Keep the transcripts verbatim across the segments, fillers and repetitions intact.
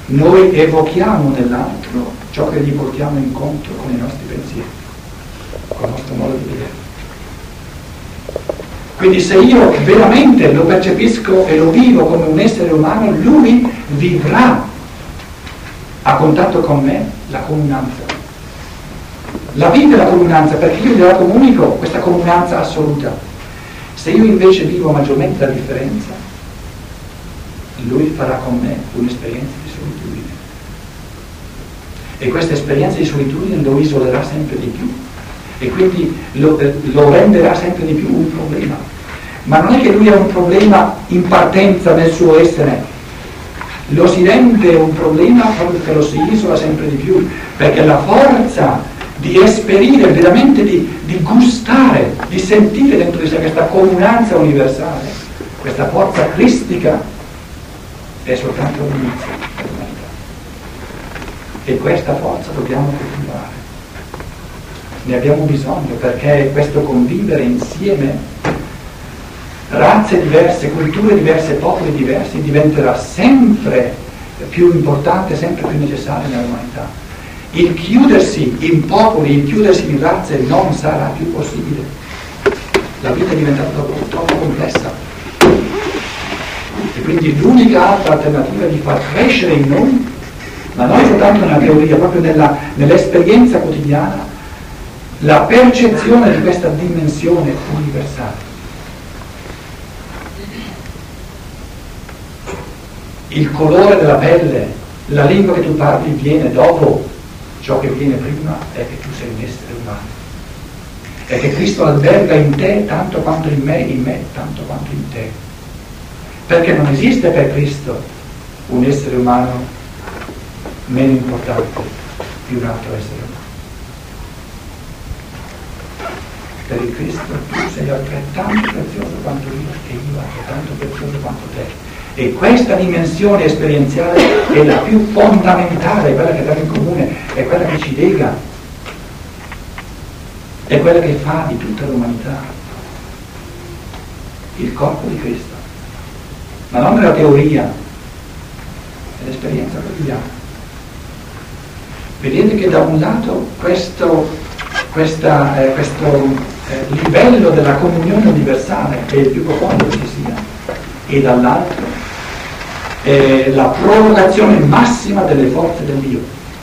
noi evochiamo nell'altro ciò che gli portiamo incontro con i nostri pensieri, con il nostro modo di vedere. Quindi se io veramente lo percepisco e lo vivo come un essere umano, lui vivrà a contatto con me la comunanza. La vive la comunanza perché io gliela comunico questa comunanza assoluta. Se io invece vivo maggiormente la differenza, lui farà con me un'esperienza di solitudine. E questa esperienza di solitudine lo isolerà sempre di più. E quindi lo, lo renderà sempre di più un problema. Ma non è che lui è un problema in partenza nel suo essere, lo si rende un problema proprio perché lo si isola sempre di più, perché la forza di esperire, veramente di, di gustare, di sentire dentro di sé questa comunanza universale, questa forza cristica, è soltanto l'inizio dell'umanità. E questa forza dobbiamo coltivare. Ne abbiamo bisogno perché questo convivere insieme, razze diverse, culture diverse, popoli diversi, diventerà sempre più importante, sempre più necessario nell'umanità. Il chiudersi in popoli, il chiudersi in razze non sarà più possibile. La vita è diventata troppo, troppo complessa. E quindi l'unica altra alternativa è di far crescere in noi, ma non soltanto nella teoria, proprio nella, nell'esperienza quotidiana, la percezione di questa dimensione universale. Il colore della pelle, la lingua che tu parli viene dopo, ciò che viene prima è che tu sei un essere umano. È che Cristo alberga in te tanto quanto in me, in me tanto quanto in te. Perché non esiste per Cristo un essere umano meno importante di un altro essere umano. Per il Cristo tu sei altrettanto prezioso quanto io e io altrettanto prezioso quanto te. E questa dimensione esperienziale è la più fondamentale, quella che abbiamo in comune, è quella che ci lega, è quella che fa di tutta l'umanità il corpo di Cristo, ma non nella teoria, è l'esperienza quotidiana. Vedete che da un lato questo, questa, eh, questo eh, livello della comunione universale è il più profondo che ci sia, e dall'altro è la provocazione massima delle forze del Dio.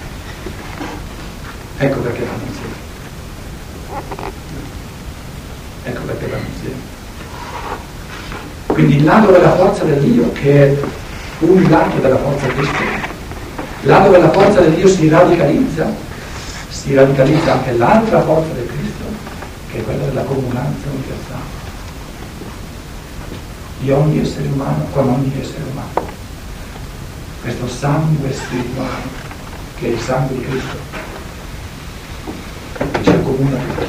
Ecco perché vanno insieme. Ecco perché vanno insieme. Quindi il lato della forza del Dio, che è un lato della forza di Cristo, là dove la forza del Dio si radicalizza, si radicalizza anche l'altra forza del Cristo, che è quella della comunanza universale di ogni essere umano con ogni essere umano. Questo sangue spirituale che è il sangue di Cristo, che ci accomuna tutti,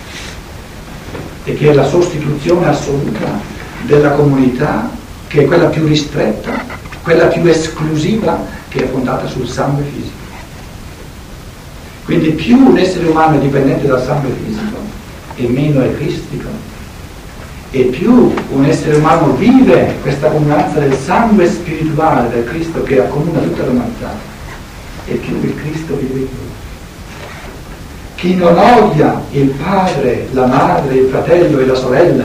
e che è la sostituzione assoluta della comunità, che è quella più ristretta, quella più esclusiva, che è fondata sul sangue fisico. Quindi più un essere umano è dipendente dal sangue fisico e meno è cristico, e più un essere umano vive questa comunanza del sangue spirituale del Cristo che accomuna tutta l'umanità, e più il Cristo vive in lui. Chi non odia il padre, la madre, il fratello e la sorella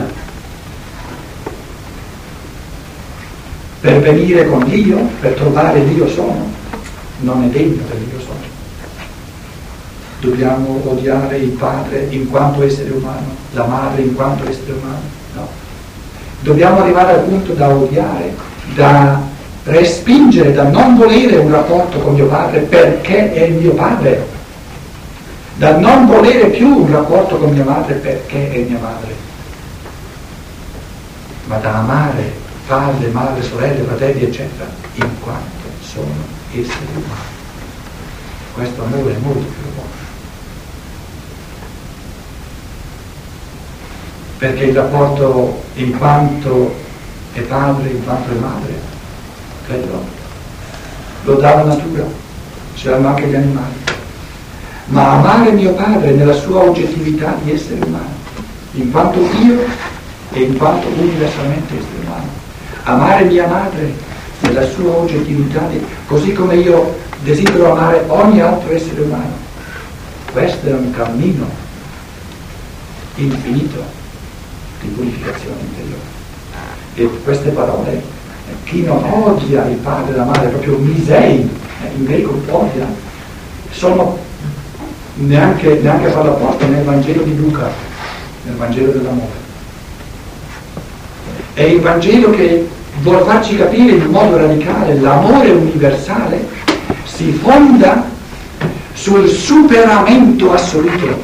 per venire con Dio, per trovare Dio sono, non è degno del Dio sono. Dobbiamo odiare il padre in quanto essere umano, la madre in quanto essere umano? No. Dobbiamo arrivare al punto da odiare, da respingere, da non volere un rapporto con mio padre perché è mio padre, da non volere più un rapporto con mia madre perché è mia madre, ma da amare padre, madre, sorelle, fratelli, eccetera, in quanto sono esseri umani. Questo amore è molto più profondo. Perché il rapporto in quanto è padre, in quanto è madre, credo, lo dà la natura, ce l'hanno anche gli animali. Ma amare mio padre nella sua oggettività di essere umano, in quanto Dio e in quanto universalmente essere umano. Amare mia madre nella sua oggettività, di, così come io desidero amare ogni altro essere umano. Questo è un cammino infinito di purificazione interiore. E queste parole, chi non odia il padre e la madre, proprio misei, in greco odia, sono neanche, neanche a farla apposta nel Vangelo di Luca, nel Vangelo dell'amore. È il Vangelo che vuole farci capire in modo radicale l'amore universale si fonda sul superamento assoluto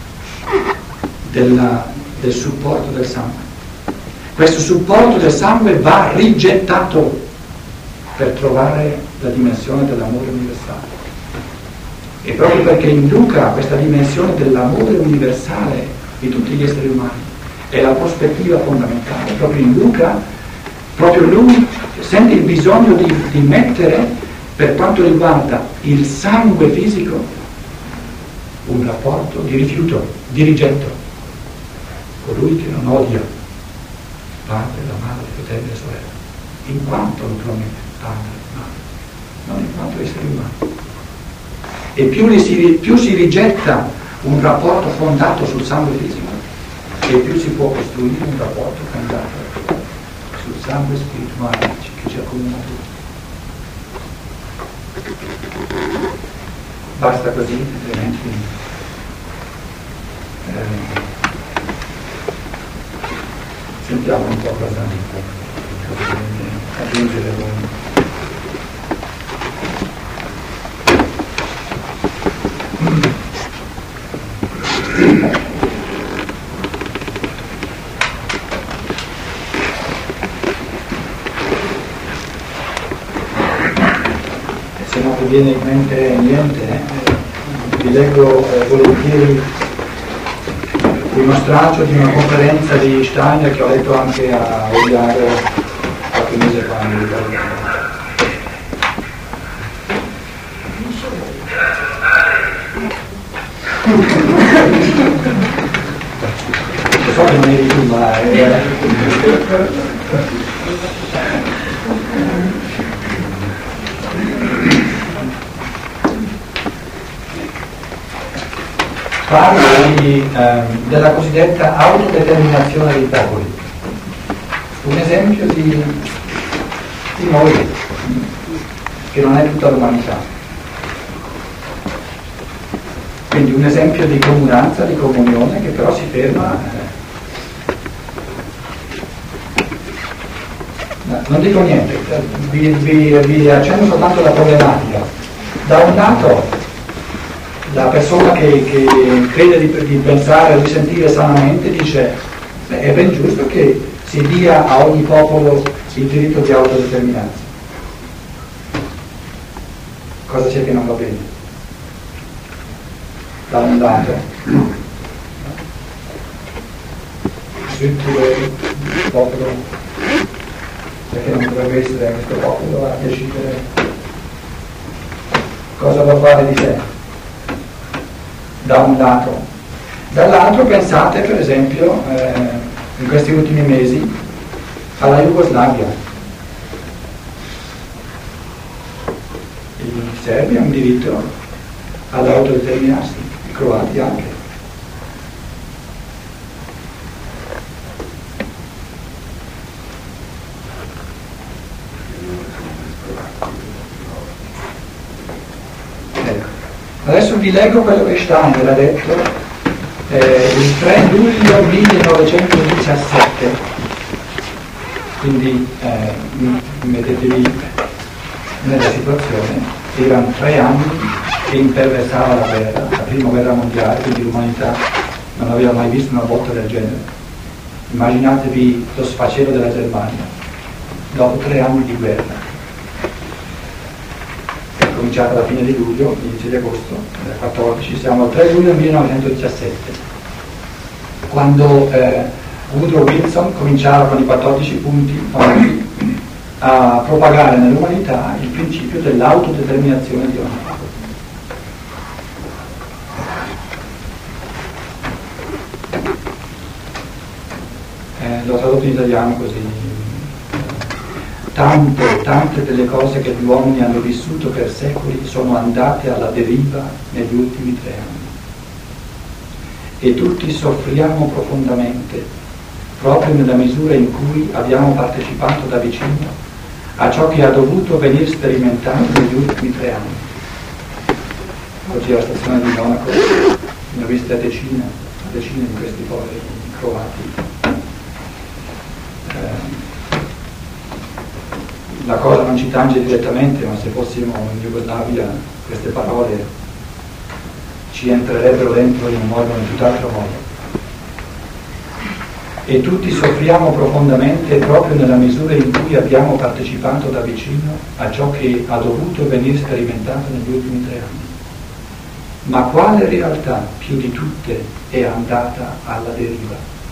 della, del supporto del sangue. Questo supporto del sangue va rigettato per trovare la dimensione dell'amore universale. E proprio perché in Luca questa dimensione dell'amore universale di tutti gli esseri umani è la prospettiva fondamentale, proprio in Luca, proprio lui sente il bisogno di, di mettere, per quanto riguarda il sangue fisico, un rapporto di rifiuto, di rigetto. Colui che non odia padre, la madre, i fratelli e le sorelle, in quanto naturalmente padre, madre, non in quanto esseri umani. E più si, più si rigetta un rapporto fondato sul sangue fisico, e più si può costruire un rapporto fondato sul sangue spirituale che ci accomuna tutti. Basta così, altrimenti eh, sentiamo un po' cosa aggiungere voi. Se non vi viene in mente niente, eh, vi leggo eh, volentieri uno straccio di una conferenza di Steiner che ho letto anche a Ogliaro qualche mese fa. Non so che non eri tu, ma eh. parla di, ehm, della cosiddetta autodeterminazione dei popoli. Un esempio di, di noi, che non è tutta l'umanità. Quindi un esempio di comunanza, di comunione, che però si ferma. Eh, no, non dico niente, vi, vi, vi accenno soltanto la problematica. Da un lato, la persona che, che crede di, di pensare, di sentire sanamente, dice beh, è ben giusto che si dia a ogni popolo il diritto di autodeterminarsi. Cosa c'è che non va bene? Da un lato, strutture il popolo, perché non dovrebbe essere questo popolo a decidere cosa vuol fare di sé. Da un lato. Dall'altro pensate per esempio eh, in questi ultimi mesi alla Jugoslavia. I serbi hanno un diritto ad autodeterminarsi, i croati anche. Ecco. Adesso vi leggo quello che Steiner ha detto eh, il tre luglio millenovecentodiciassette, quindi eh, mettetevi nella situazione, erano tre anni che imperversava la guerra, la prima guerra mondiale, quindi l'umanità non aveva mai visto una botta del genere. Immaginatevi lo sfacelo della Germania dopo tre anni di guerra. Cominciata alla fine di luglio, inizio di agosto del quattordici, siamo al tre luglio millenovecentodiciassette, quando eh, Woodrow Wilson cominciava con i quattordici punti famosi a propagare nell'umanità il principio dell'autodeterminazione di ogni popolo. Eh, l'ho tradotto in italiano così. tante, tante delle cose che gli uomini hanno vissuto per secoli sono andate alla deriva negli ultimi tre anni. E tutti soffriamo profondamente, proprio nella misura in cui abbiamo partecipato da vicino a ciò che ha dovuto venire sperimentato negli ultimi tre anni. Oggi alla stazione di Monaco ne ho viste decine, decine di questi poveri croati. Eh, la cosa non ci tange direttamente, ma se fossimo in Jugoslavia queste parole ci entrerebbero dentro in un modo o in tutt'altro modo. E tutti soffriamo profondamente proprio nella misura in cui abbiamo partecipato da vicino a ciò che ha dovuto venire sperimentato negli ultimi tre anni. Ma quale realtà più di tutte è andata alla deriva?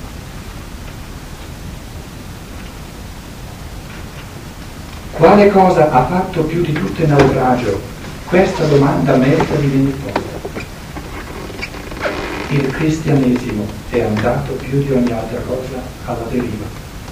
Quale cosa ha fatto più di tutte naufragio? Questa domanda merita di venire posta. Il cristianesimo è andato più di ogni altra cosa alla deriva.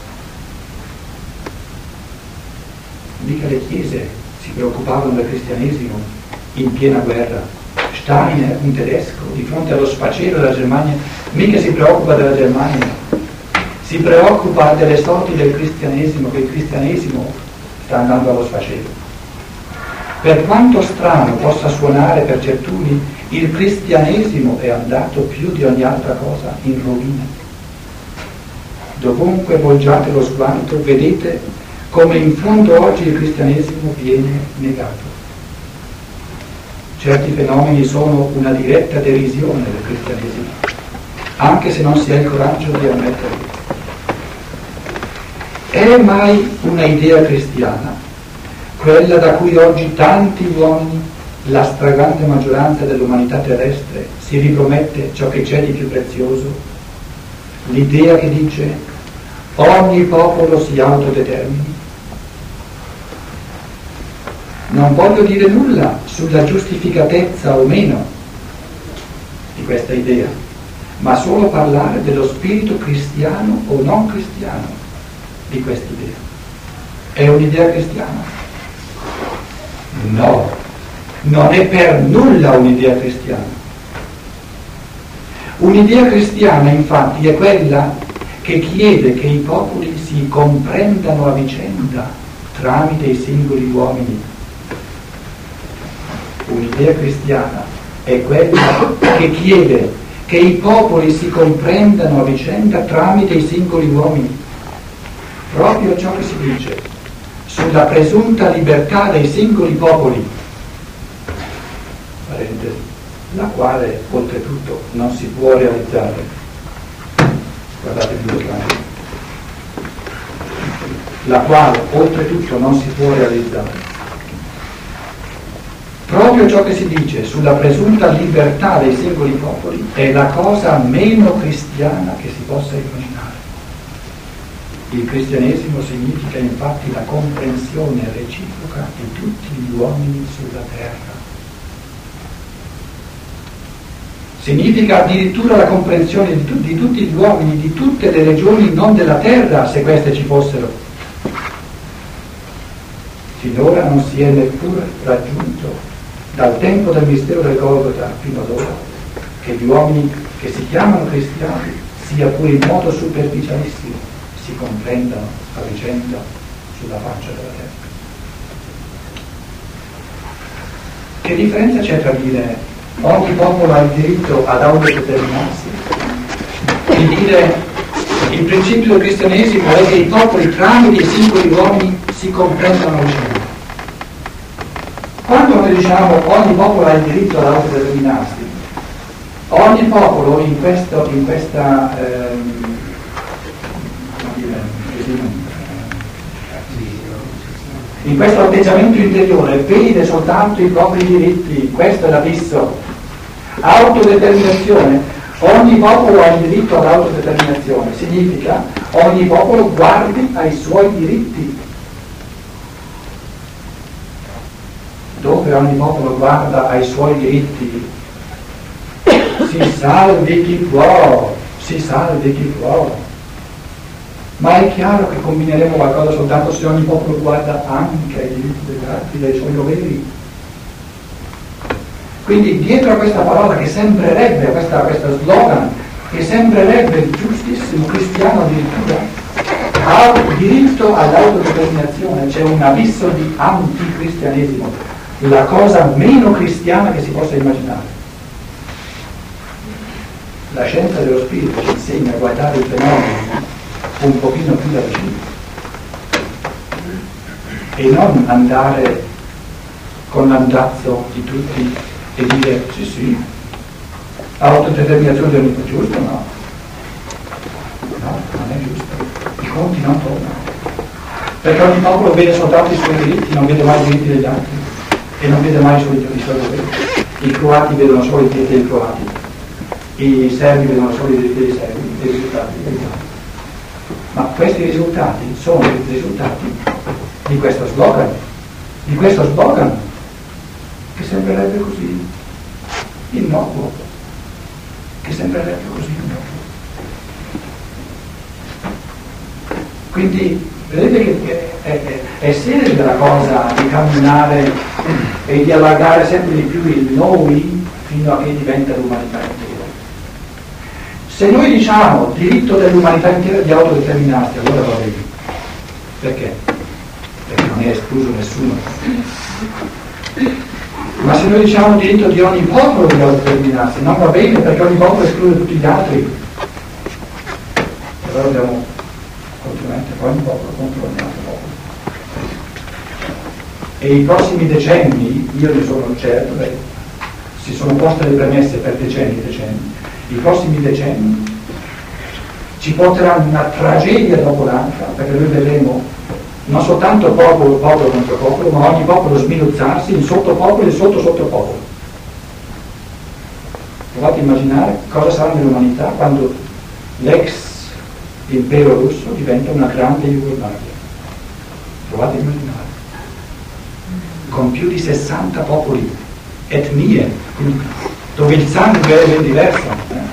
Mica le chiese si preoccupavano del cristianesimo in piena guerra. Stalin, un tedesco, di fronte allo sfacelo della Germania, mica si preoccupa della Germania, si preoccupa delle sorti del cristianesimo, che il cristianesimo sta andando allo sfacelo. Per quanto strano possa suonare per certuni, il cristianesimo è andato più di ogni altra cosa in rovina. Dovunque volgiate lo sguardo, vedete come in fondo oggi il cristianesimo viene negato. Certi fenomeni sono una diretta derisione del cristianesimo, anche se non si ha il coraggio di ammetterlo. È mai una idea cristiana quella da cui oggi tanti uomini, la stragrande maggioranza dell'umanità terrestre, si ripromette ciò che c'è di più prezioso? L'idea che dice ogni popolo si autodetermini? Non voglio dire nulla sulla giustificatezza o meno di questa idea, ma solo parlare dello spirito cristiano o non cristiano di questa idea. È un'idea cristiana? No, non è per nulla un'idea cristiana. Un'idea cristiana, infatti, è quella che chiede che i popoli si comprendano a vicenda tramite i singoli uomini. Un'idea cristiana è quella che chiede che i popoli si comprendano a vicenda tramite i singoli uomini. Proprio ciò che si dice sulla presunta libertà dei singoli popoli, parentesi, la quale oltretutto non si può realizzare. Guardate più avanti. La quale oltretutto non si può realizzare. Proprio ciò che si dice sulla presunta libertà dei singoli popoli è la cosa meno cristiana che si possa immaginare. Il cristianesimo significa infatti la comprensione reciproca di tutti gli uomini sulla terra. Significa addirittura la comprensione di, tu- di tutti gli uomini, di tutte le regioni non della terra, se queste ci fossero. Finora non si è neppure raggiunto, dal tempo del mistero del Golgota fino ad ora, che gli uomini che si chiamano cristiani, sia pure in modo superficialissimo, si comprendano a vicenda sulla faccia della terra. Che differenza c'è tra dire ogni popolo ha il diritto ad autodeterminarsi e dire il principio del cristianesimo è che i popoli tramite i singoli uomini si comprendano a vicenda? Quando noi diciamo ogni popolo ha il diritto ad autodeterminarsi, ogni popolo in, questo, in questa ehm, in questo atteggiamento interiore vede soltanto i propri diritti, questo è l'abisso. Autodeterminazione, ogni popolo ha il diritto ad autodeterminazione, significa ogni popolo guardi ai suoi diritti. Dove ogni popolo guarda ai suoi diritti, si salvi chi può, si salvi chi può. ma è chiaro che combineremo qualcosa soltanto se ogni popolo guarda anche ai diritti degli altri, dai suoi doveri. Quindi dietro a questa parola che sembrerebbe, a questa, a questa slogan, che sembrerebbe il giustissimo cristiano addirittura, ha diritto all'autodeterminazione, c'è un abisso di anticristianesimo, la cosa meno cristiana che si possa immaginare. La scienza dello spirito ci insegna a guardare il fenomeno un pochino più da vicino e non andare con l'andazzo di tutti e dire sì sì, autodeterminazione del è giusto, no? No, non è giusto. I conti non tornano. Perché ogni popolo vede soltanto i suoi diritti, non vede mai i diritti degli altri e non vede mai i suoi, i suoi doveri. I croati vedono solo i diritti dei croati, i serbi vedono solo i diritti dei serbi, i risultati dei risultati. Ma questi risultati sono i risultati di questo slogan, di questo slogan che sembrerebbe così innocuo, che sembrerebbe così innocuo. Quindi vedete che è, è, è seria la cosa di camminare e di allargare sempre di più il noi fino a che diventa l'umanità intera. Se noi diciamo diritto dell'umanità intera di autodeterminarsi, allora va bene. Perché? Perché non è escluso nessuno. Ma se noi diciamo diritto di ogni popolo di autodeterminarsi, non va bene perché ogni popolo esclude tutti gli altri. Allora abbiamo continuamente ogni popolo contro ogni altro popolo. E i prossimi decenni, io ne sono certo, beh, si sono poste le premesse per decenni e decenni, i prossimi decenni ci porteranno una tragedia dopo l'altra, perché noi vedremo non soltanto popolo, popolo contro popolo, ma ogni popolo sminuzzarsi in sottopopolo e sotto sottopopolo. Provate a immaginare cosa sarà nell'umanità quando l'ex impero russo diventa una grande Jugoslavia. Provate a immaginare. Con più di sessanta popoli, etnie, dove il sangue è ben diverso. Eh?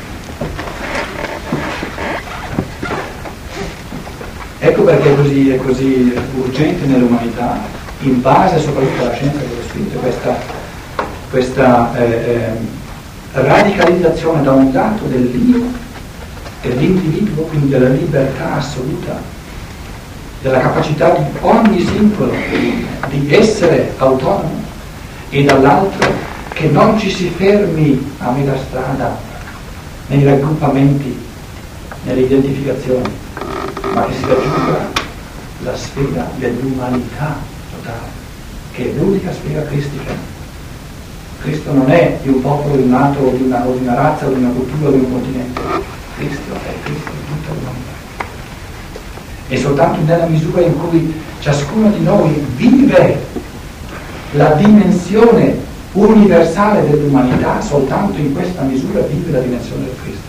Ecco perché è così, è così urgente nell'umanità, in base soprattutto alla scienza dello spirito, questa, questa eh, eh, radicalizzazione da un lato dell'io, dell'individuo, quindi della libertà assoluta, della capacità di ogni singolo di essere autonomo, e dall'altro che non ci si fermi a metà strada nei raggruppamenti, nelle identificazioni, ma che si raggiunga la sfera dell'umanità totale, che è l'unica sfera cristica. Cristo non è di un popolo, di un altro, di una, o di una razza, o di una cultura, o di un continente. Cristo è Cristo di tutta l'umanità. E soltanto nella misura in cui ciascuno di noi vive la dimensione universale dell'umanità, soltanto in questa misura vive la dimensione del Cristo.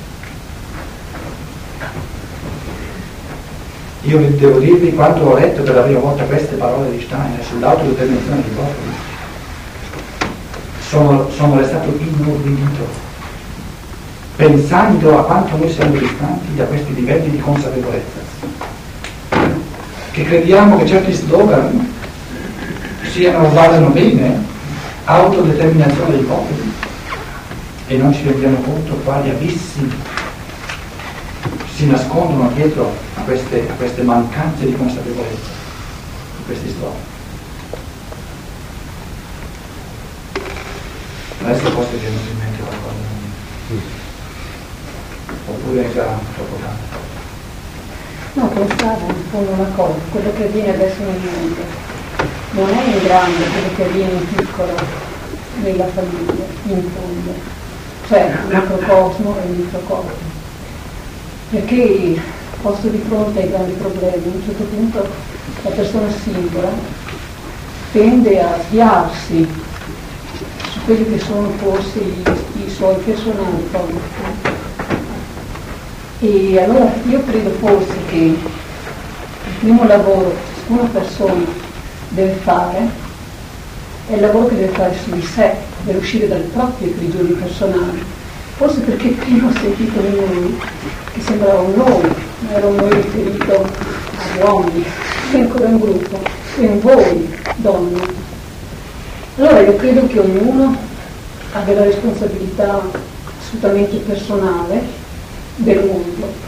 Io devo dirvi, quando ho letto per la prima volta queste parole di Steiner sull'autodeterminazione dei popoli, sono, sono restato inorridito, pensando a quanto noi siamo distanti da questi livelli di consapevolezza, che crediamo che certi slogan siano, vadano bene, autodeterminazione dei popoli, e non ci rendiamo conto quali abissi si nascondono dietro a queste, a queste mancanze di consapevolezza, di questi slogan. Adesso forse vi è venuto in mente qualcosa, oppure è già troppo tanto. No, pensavo in fondo una cosa, quello che avviene adesso nel mondo non è in grande quello che avviene in piccolo nella famiglia, in fondo, cioè il macrocosmo e il microcosmo. Perché posto di fronte ai grandi problemi, a un certo punto la persona singola tende a sviarsi su quelli che sono forse i, i suoi personali compiti. E allora io credo forse che il primo lavoro che ciascuna persona deve fare è il lavoro che deve fare su di sé, per uscire dalle proprie prigioni personali forse perché prima ho sentito un noi, che sembrava un noi, ma era un noi riferito agli uomini, è ancora un gruppo, e un voi, donne. Allora io credo che ognuno abbia la responsabilità assolutamente personale del mondo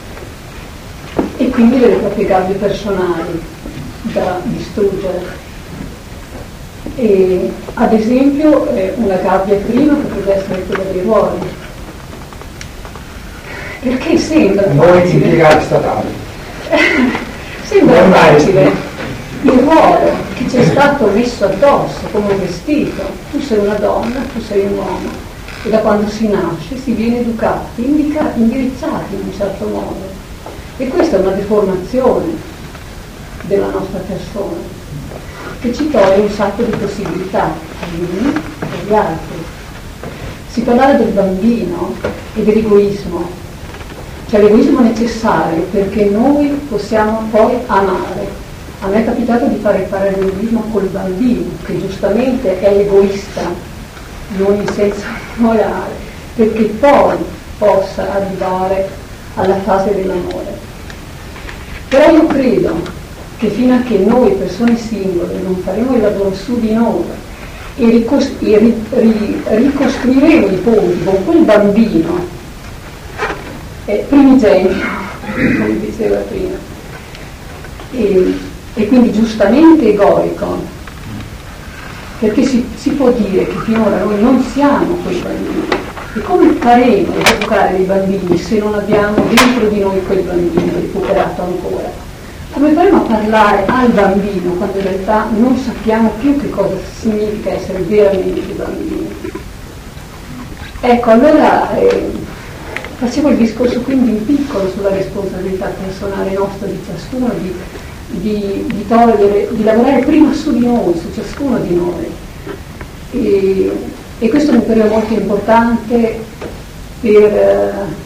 e quindi delle proprie gabbie personali da distruggere. E, ad esempio, eh, una gabbia prima potrebbe essere quella dei ruoli, perché sembra Noi facile, impiegati statali. sembra Non facile il ruolo che ci è stato messo addosso come un vestito. Tu sei una donna, tu sei un uomo, e da quando si nasce si viene educati, indicati, indirizzati in un certo modo, e questa è una deformazione della nostra persona che ci toglie un sacco di possibilità agli uni e agli altri. Si parlava del bambino e dell'egoismo, cioè l'egoismo necessario perché noi possiamo poi amare. A me è capitato di fare il parallelismo col bambino, che giustamente è egoista, non in senso morale, perché poi possa arrivare alla fase dell'amore. Però io credo che fino a che noi persone singole non faremo il lavoro su di noi e, ricos- e ri- ri- ricostruiremo i ponti con quel bambino eh, primigenio, come diceva prima, e, e quindi giustamente egoico, perché si, si può dire che finora noi non siamo quei bambini, e come faremo ad educare dei bambini se non abbiamo dentro di noi quel bambino recuperato ancora? Come faremo a parlare al bambino quando in realtà non sappiamo più che cosa significa essere veramente bambini? Ecco, allora eh, facevo il discorso quindi in piccolo sulla responsabilità personale nostra di ciascuno, di, di, di togliere, di lavorare prima su di noi, su ciascuno di noi. E, e questo mi pare molto importante per...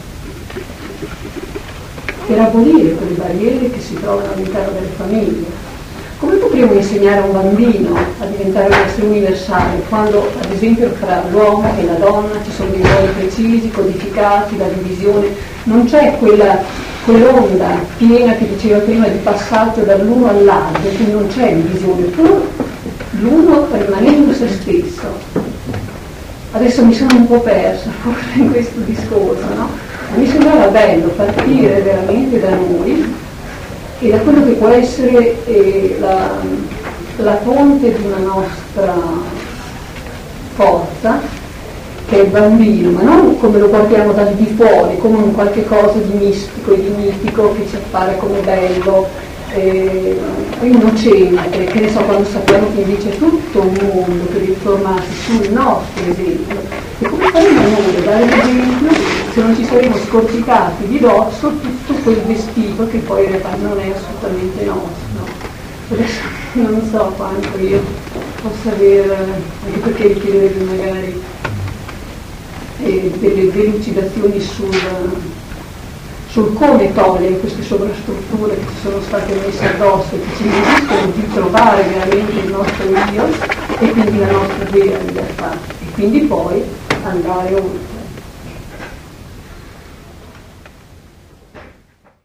per abolire quelle barriere che si trovano all'interno delle famiglie. Come potremmo insegnare a un bambino a diventare un essere universale quando, ad esempio, fra l'uomo e la donna ci sono dei ruoli precisi, codificati, la divisione, non c'è quella, quell'onda piena che diceva prima di passaggio dall'uno all'altro, quindi non c'è divisione, pur l'uno rimanendo se stesso. Adesso mi sono un po' persa in questo discorso, no? Mi sembrava bello partire veramente da noi e da quello che può essere eh, la, la fonte di una nostra forza, che è il bambino, ma non come lo guardiamo dal di fuori, come un qualche cosa di mistico e di mitico che ci appare come bello, eh, innocente, che ne so, quando sappiamo che invece è tutto un mondo che deve formarsi sul nostro esempio. E come faremo noi a dare l'esempio se non ci saremo scorticati di dosso tutto quel vestito che poi in realtà non è assolutamente nostro? Adesso non so quanto io possa avere, anche perché richiederebbe magari eh, delle delucidazioni sul, sul come togliere queste sovrastrutture che ci sono state messe addosso e che ci impediscono di trovare veramente il nostro io e quindi la nostra vera libertà, e quindi poi andare oltre.